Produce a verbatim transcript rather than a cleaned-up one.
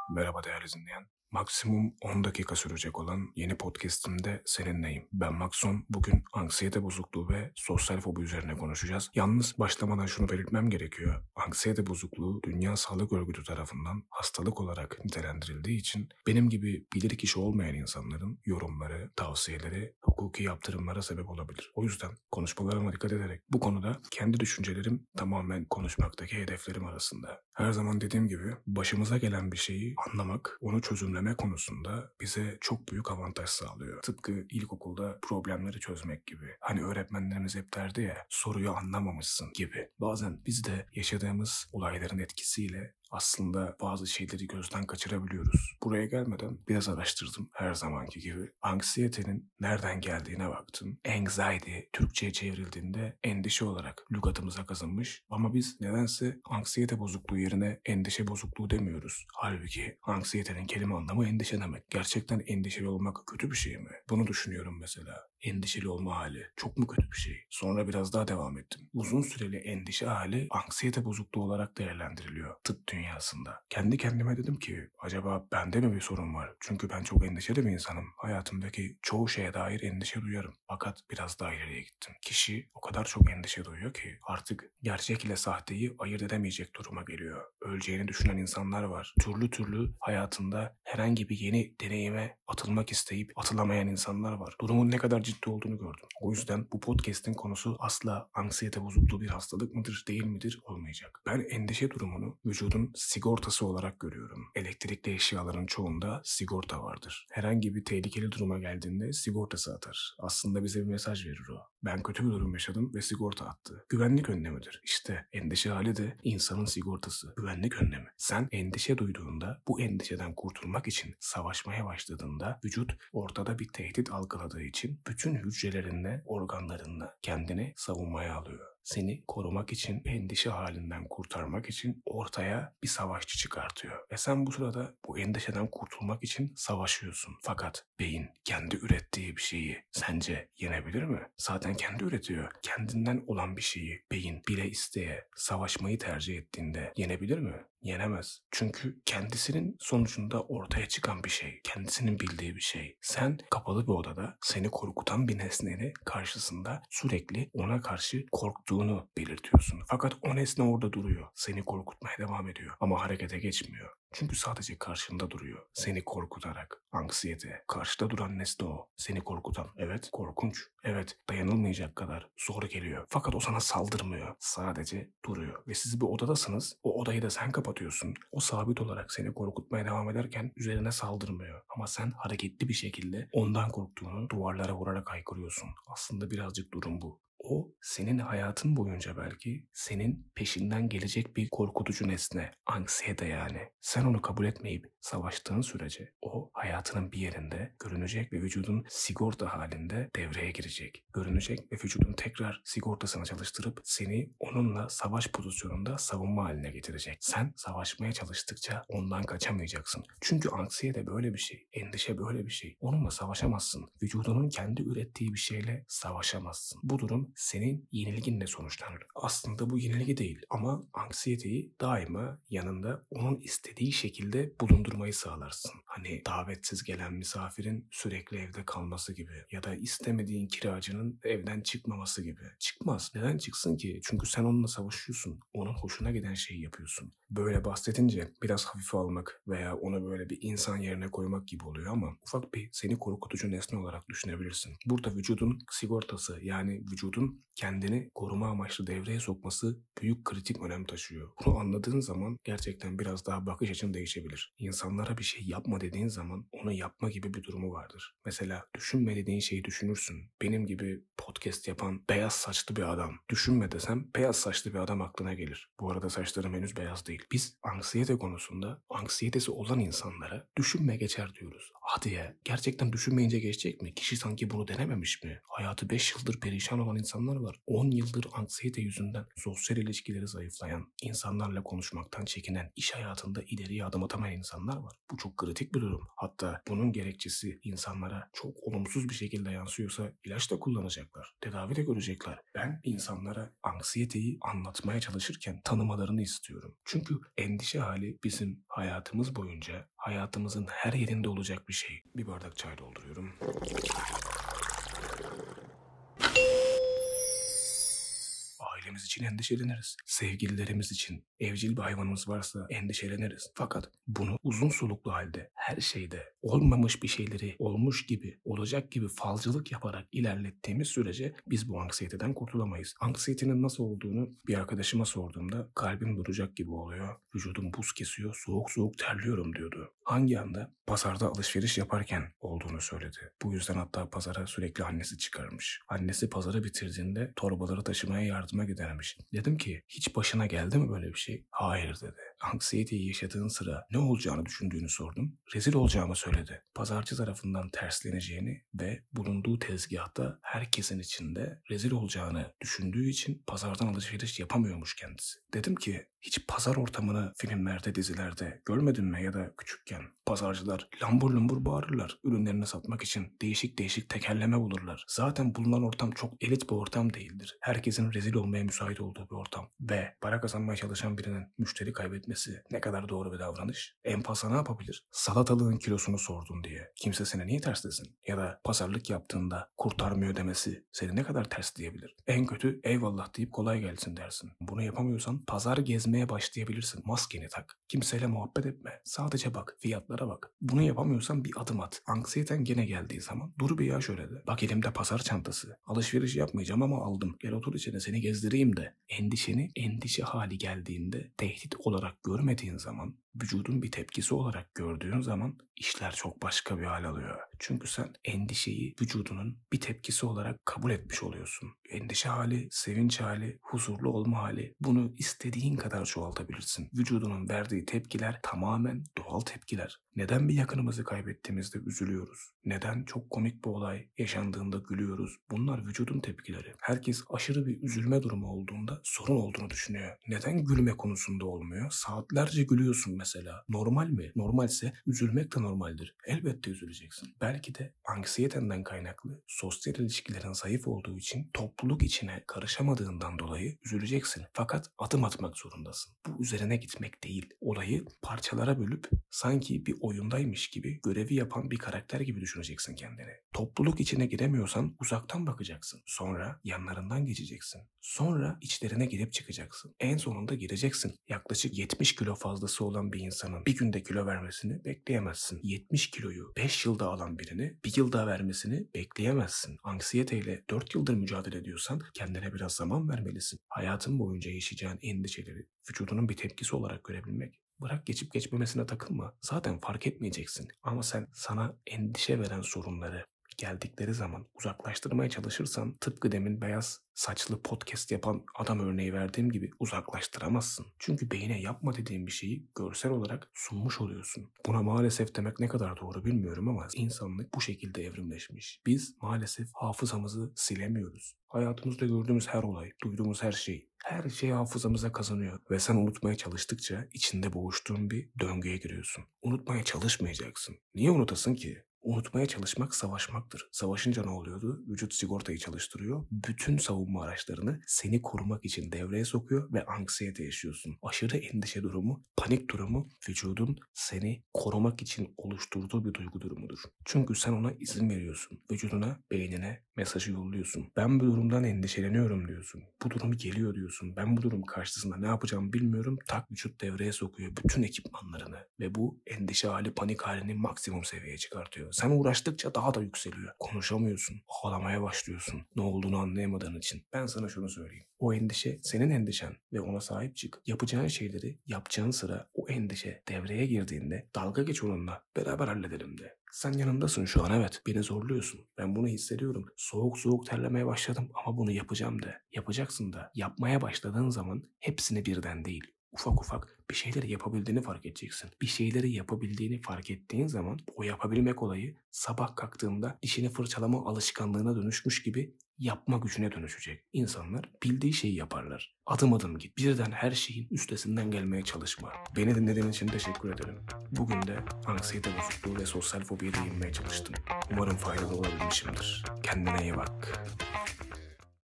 Merhaba değerli dinleyen. Maksimum on dakika sürecek olan yeni podcast'imde seninleyim. Ben Maxon. Bugün anksiyete bozukluğu ve sosyal fobi üzerine konuşacağız. Yalnız başlamadan şunu belirtmem gerekiyor. Anksiyete bozukluğu Dünya Sağlık Örgütü tarafından hastalık olarak nitelendirildiği için benim gibi bilirkişi olmayan insanların yorumları, tavsiyeleri, hukuki yaptırımlara sebep olabilir. O yüzden konuşmalarıma dikkat ederek bu konuda kendi düşüncelerim tamamen konuşmaktaki hedeflerim arasında. Her zaman dediğim gibi başımıza gelen bir şeyi anlamak, onu çözümlemek konusunda bize çok büyük avantaj sağlıyor. Tıpkı ilkokulda problemleri çözmek gibi. Hani öğretmenlerimiz hep derdi ya, soruyu anlamamışsın gibi. Bazen biz de yaşadığımız olayların etkisiyle aslında bazı şeyleri gözden kaçırabiliyoruz. Buraya gelmeden biraz araştırdım her zamanki gibi. Anksiyetenin nereden geldiğine baktım. Anxiety Türkçe'ye çevrildiğinde endişe olarak lügatımıza kazınmış. Ama biz nedense anksiyete bozukluğu yerine endişe bozukluğu demiyoruz. Halbuki anksiyetenin kelime anlamı endişe demek. Gerçekten endişeli olmak kötü bir şey mi? Bunu düşünüyorum mesela. Endişeli olma hali çok mu kötü bir şey? Sonra biraz daha devam ettim. Uzun süreli endişe hali anksiyete bozukluğu olarak değerlendiriliyor tıp dünyasında. Kendi kendime dedim ki acaba bende mi bir sorun var? Çünkü ben çok endişeli bir insanım. Hayatımdaki çoğu şeye dair endişe duyarım. Fakat biraz daha ileriye gittim. Kişi o kadar çok endişe duyuyor ki artık gerçek ile sahteyi ayırt edemeyecek duruma geliyor. Öleceğini düşünen insanlar var. Türlü türlü hayatında herhangi bir yeni deneyime atılmak isteyip atılamayan insanlar var. Durumun ne kadar ciddi olduğunu gördüm. O yüzden bu podcast'in konusu asla anksiyete bozukluğu bir hastalık mıdır, değil midir olmayacak. Ben endişe durumunu vücudun sigortası olarak görüyorum. Elektrikli eşyaların çoğunda sigorta vardır. Herhangi bir tehlikeli duruma geldiğinde sigortası atar. Aslında bize bir mesaj verir o. Ben kötü bir durum yaşadım ve sigorta attı. Güvenlik önlemidir. İşte endişe hali de insanın sigortası. Güvenlik önlemi. Sen endişe duyduğunda, bu endişeden kurtulmak için savaşmaya başladığında vücut ortada bir tehdit algıladığı için bütün hücrelerinle, organlarınla kendini savunmaya alıyor. Seni korumak için, endişe halinden kurtarmak için ortaya bir savaşçı çıkartıyor. Ve sen bu sırada bu endişeden kurtulmak için savaşıyorsun. Fakat beyin kendi ürettiği bir şeyi sence yenebilir mi? Zaten kendi üretiyor. Kendinden olan bir şeyi beyin bile isteye savaşmayı tercih ettiğinde yenebilir mi? Yenemez. Çünkü kendisinin sonucunda ortaya çıkan bir şey. Kendisinin bildiği bir şey. Sen kapalı bir odada seni korkutan bir nesnenin karşısında sürekli ona karşı korktuğunu belirtiyorsun. Fakat o nesne orada duruyor. Seni korkutmaya devam ediyor. Ama harekete geçmiyor. Çünkü sadece karşında duruyor. Seni korkutarak. Anksiyete. Karşıda duran nesne o. Seni korkutan. Evet, korkunç. Evet, dayanılmayacak kadar zor geliyor. Fakat o sana saldırmıyor. Sadece duruyor. Ve siz bir odadasınız. O odayı da sen kapatıyorsun. O sabit olarak seni korkutmaya devam ederken üzerine saldırmıyor. Ama sen hareketli bir şekilde ondan korktuğunu duvarlara vurarak haykırıyorsun. Aslında birazcık durum bu. O senin hayatın boyunca belki senin peşinden gelecek bir korkutucu nesne. Anksiyete yani. Sen onu kabul etmeyip savaştığın sürece o hayatının bir yerinde görünecek ve vücudun sigorta halinde devreye girecek. Görünecek ve vücudun tekrar sigortasını çalıştırıp seni onunla savaş pozisyonunda savunma haline getirecek. Sen savaşmaya çalıştıkça ondan kaçamayacaksın. Çünkü anksiyete böyle bir şey. Endişe böyle bir şey. Onunla savaşamazsın. Vücudunun kendi ürettiği bir şeyle savaşamazsın. Bu durum senin yenilginle sonuçlanır. Aslında bu yenilgi değil ama anksiyeteyi daima yanında onun istediği şekilde bulundurmayı sağlarsın. Hani davetsiz gelen misafirin sürekli evde kalması gibi ya da istemediğin kiracının evden çıkmaması gibi. Çıkmaz. Neden çıksın ki? Çünkü sen onunla savaşıyorsun. Onun hoşuna giden şeyi yapıyorsun. Böyle bahsedince biraz hafife almak veya onu böyle bir insan yerine koymak gibi oluyor ama ufak bir seni korkutucu nesne olarak düşünebilirsin. Burada vücudun sigortası yani vücudun kendini koruma amaçlı devreye sokması büyük kritik önem taşıyor. Bunu anladığın zaman gerçekten biraz daha bakış açın değişebilir. İnsanlara bir şey yapma dediğin zaman onu yapma gibi bir durumu vardır. Mesela düşünme dediğin şeyi düşünürsün. Benim gibi podcast yapan beyaz saçlı bir adam. Düşünme desem beyaz saçlı bir adam aklına gelir. Bu arada saçlarım henüz beyaz değil. Biz anksiyete konusunda anksiyetesi olan insanlara düşünme geçer diyoruz. Hadi ya gerçekten düşünmeyince geçecek mi? Kişi sanki bunu denememiş mi? Hayatı beş yıldır perişan olan insanlar var. on yıldır anksiyete yüzünden sosyal ilişkileri zayıflayan, insanlarla konuşmaktan çekinen, iş hayatında ileriye adım atamayan insanlar var. Bu çok kritik bir durum. Hatta bunun gerekçesi insanlara çok olumsuz bir şekilde yansıyorsa ilaç da kullanacaklar. Tedavi de görecekler. Ben insanlara anksiyeteyi anlatmaya çalışırken tanımalarını istiyorum. Çünkü endişe hali bizim hayatımız boyunca hayatımızın her yerinde olacak bir şey. Bir bardak çay dolduruyorum. Ailemiz için endişeleniriz. Sevgililerimiz için, evcil bir hayvanımız varsa endişeleniriz. Fakat bunu uzun soluklu halde, her şeyde olmamış bir şeyleri olmuş gibi, olacak gibi falcılık yaparak ilerlettiğimiz sürece biz bu anksiyeteden kurtulamayız. Anksiyetenin nasıl olduğunu bir arkadaşıma sorduğumda kalbim duracak gibi oluyor. Vücudum buz kesiyor, soğuk soğuk terliyorum diyordu. Hangi anda? Pazarda alışveriş yaparken olduğunu söyledi. Bu yüzden hatta pazara sürekli annesi çıkarmış. Annesi pazarı bitirdiğinde torbaları taşımaya yardıma gidermiş. Dedim ki hiç başına geldi mi böyle bir şey? Hayır dedi. Anksiyeteyi yaşadığın sıra ne olacağını düşündüğünü sordum. Rezil olacağımı söyledi. Pazarcı tarafından tersleneceğini ve bulunduğu tezgahta herkesin içinde rezil olacağını düşündüğü için pazardan alışveriş yapamıyormuş kendisi. Dedim ki hiç pazar ortamını filmlerde, dizilerde görmedin mi ya da küçükken? Pazarcılar lambur lumbur bağırırlar. Ürünlerini satmak için değişik değişik tekerleme bulurlar. Zaten bulunan ortam çok elit bir ortam değildir. Herkesin rezil olmaya müsait olduğu bir ortam. Ve para kazanmaya çalışan birinin müşteri kaybetmesi ne kadar doğru bir davranış? En fazla ne yapabilir? Salatalığın kilosunu sordun diye. Kimse seni niye terslesin? Ya da pazarlık yaptığında kurtarmıyor demesi seni ne kadar ters diyebilir? En kötü eyvallah deyip kolay gelsin dersin. Bunu yapamıyorsan pazar gezmeye başlayabilirsin. Maskeni tak. Kimseyle muhabbet etme. Sadece bak. Fiyatlara bak. Bunu yapamıyorsan bir adım at. Anksiyeten gene geldiği zaman dur bir ya şöyle de. Bak elimde pazar çantası. Alışveriş yapmayacağım ama aldım. Gel otur içine seni gezdireyim de. Endişeni endişe hali geldiğinde tehdit olarak görmediğin zaman, vücudun bir tepkisi olarak gördüğün zaman işler çok başka bir hal alıyor. Çünkü sen endişeyi vücudunun bir tepkisi olarak kabul etmiş oluyorsun. Endişe hali, sevinç hali, huzurlu olma hali, bunu istediğin kadar çoğaltabilirsin. Vücudunun verdiği tepkiler tamamen doğal tepkiler. Neden bir yakınımızı kaybettiğimizde üzülüyoruz? Neden çok komik bir olay yaşandığında gülüyoruz? Bunlar vücudun tepkileri. Herkes aşırı bir üzülme durumu olduğunda sorun olduğunu düşünüyor. Neden gülme konusunda olmuyor? Saatlerce gülüyorsun mesela. Normal mi? Normalse üzülmek de normaldir. Elbette üzüleceksin. Belki de anksiyetenden kaynaklı sosyal ilişkilerin zayıf olduğu için topluluk içine karışamadığından dolayı üzüleceksin. Fakat adım atmak zorundasın. Bu üzerine gitmek değil. Olayı parçalara bölüp sanki bir oyundaymış gibi görevi yapan bir karakter gibi düşüneceksin kendini. Topluluk içine giremiyorsan uzaktan bakacaksın. Sonra yanlarından geçeceksin. Sonra içlerine girip çıkacaksın. En sonunda gireceksin. Yaklaşık yetmiş kilo fazlası olan bir insanın bir günde kilo vermesini bekleyemezsin. yetmiş kiloyu beş yılda alan birini bir yılda vermesini bekleyemezsin. Anksiyeteyle dört yıldır mücadele ediyorsan kendine biraz zaman vermelisin. Hayatın boyunca yaşayacağın endişeleri vücudunun bir tepkisi olarak görebilmek. Bırak geçip geçmemesine takılma. Zaten fark etmeyeceksin. Ama sen sana endişe veren sorunları geldikleri zaman uzaklaştırmaya çalışırsan tıpkı demin beyaz saçlı podcast yapan adam örneği verdiğim gibi uzaklaştıramazsın. Çünkü beyine yapma dediğin bir şeyi görsel olarak sunmuş oluyorsun. Buna maalesef demek ne kadar doğru bilmiyorum ama insanlık bu şekilde evrimleşmiş. Biz maalesef hafızamızı silemiyoruz. Hayatımızda gördüğümüz her olay, duyduğumuz her şey, her şey hafızamıza kazanıyor. Ve sen unutmaya çalıştıkça içinde boğuştuğun bir döngüye giriyorsun. Unutmaya çalışmayacaksın. Niye unutasın ki? Unutmaya çalışmak savaşmaktır. Savaşınca ne oluyordu? Vücut sigortayı çalıştırıyor. Bütün savunma araçlarını seni korumak için devreye sokuyor ve anksiyete yaşıyorsun. Aşırı endişe durumu, panik durumu vücudun seni korumak için oluşturduğu bir duygu durumudur. Çünkü sen ona izin veriyorsun. Vücuduna, beynine mesajı yolluyorsun. Ben bu durumdan endişeleniyorum diyorsun. Bu durum geliyor diyorsun. Ben bu durum karşısında ne yapacağımı bilmiyorum. Tak vücut devreye sokuyor bütün ekipmanlarını. Ve bu endişe hali, panik halini maksimum seviyeye çıkartıyor. Sen uğraştıkça daha da yükseliyor. Konuşamıyorsun. Ağlamaya başlıyorsun. Ne olduğunu anlayamadığın için. Ben sana şunu söyleyeyim. O endişe senin endişen ve ona sahip çık. Yapacağın şeyleri yapacağın sıra o endişe devreye girdiğinde dalga geç onunla. Beraber halledelim de. Sen yanımdasın şu an, evet. Beni zorluyorsun. Ben bunu hissediyorum. Soğuk soğuk terlemeye başladım ama bunu yapacağım de. Yapacaksın da. Yapmaya başladığın zaman hepsini birden değil. Ufak ufak bir şeyleri yapabildiğini fark edeceksin. Bir şeyleri yapabildiğini fark ettiğin zaman o yapabilmek olayı sabah kalktığında dişini fırçalama alışkanlığına dönüşmüş gibi yapma gücüne dönüşecek. İnsanlar bildiği şeyi yaparlar. Adım adım git. Birden her şeyin üstesinden gelmeye çalışma. Beni dinlediğin için teşekkür ederim. Bugün de anksiyete bozukluğu ve sosyal fobiye değinmeye çalıştım. Umarım faydalı olabilmişimdir. Kendine iyi bak.